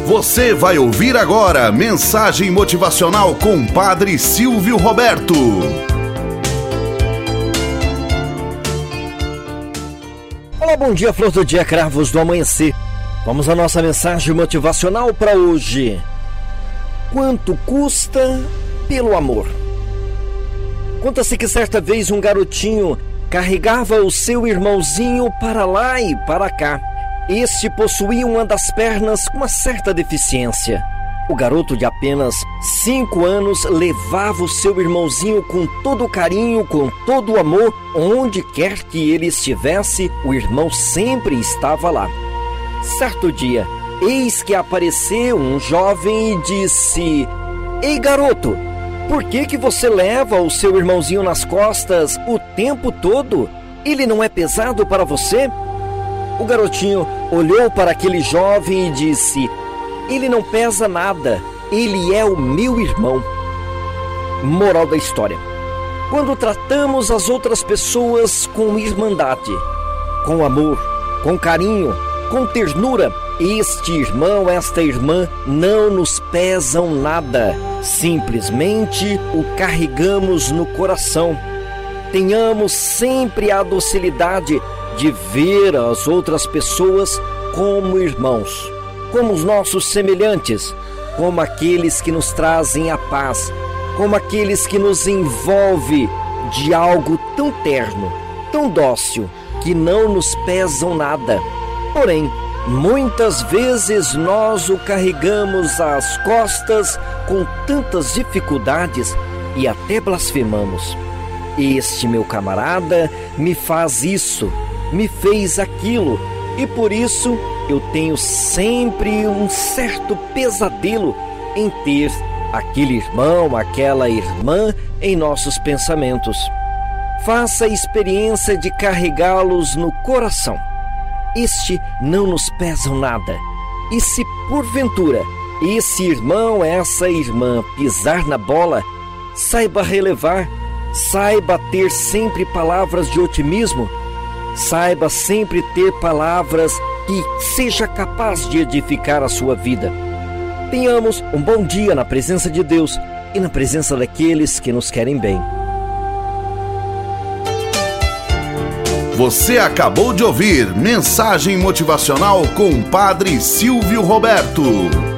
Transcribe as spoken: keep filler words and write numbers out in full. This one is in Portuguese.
Você vai ouvir agora mensagem motivacional com Padre Silvio Roberto. Olá, bom dia, flor do dia, cravos do amanhecer. Vamos à nossa mensagem motivacional para hoje. Quanto custa pelo amor? Conta-se que certa vez um garotinho carregava o seu irmãozinho para lá e para cá. Este possuía uma das pernas com uma certa deficiência. O garoto de apenas cinco anos levava o seu irmãozinho com todo o carinho, com todo o amor. Onde quer que ele estivesse, o irmão sempre estava lá. Certo dia, eis que apareceu um jovem e disse: Ei, garoto, por que que você leva o seu irmãozinho nas costas o tempo todo? Ele não é pesado para você? O garotinho olhou para aquele jovem e disse: Ele não pesa nada, ele é o meu irmão. Moral da história: quando tratamos as outras pessoas com irmandade, com amor, com carinho, com ternura, este irmão, esta irmã não nos pesam nada, simplesmente o carregamos no coração. Tenhamos sempre a docilidade de ver as outras pessoas como irmãos, como os nossos semelhantes, como aqueles que nos trazem a paz, como aqueles que nos envolvem de algo tão terno, tão dócil, que não nos pesam nada. Porém, muitas vezes nós o carregamos às costas com tantas dificuldades e até blasfemamos. Este meu camarada me faz isso, me fez aquilo, e por isso eu tenho sempre um certo pesadelo em ter aquele irmão, aquela irmã em nossos pensamentos. Faça a experiência de carregá-los no coração. Este não nos pesam nada. E se porventura esse irmão, essa irmã pisar na bola, saiba relevar, saiba ter sempre palavras de otimismo, saiba sempre ter palavras que seja capaz de edificar a sua vida. Tenhamos um bom dia na presença de Deus e na presença daqueles que nos querem bem. Você acabou de ouvir mensagem motivacional com Padre Silvio Roberto.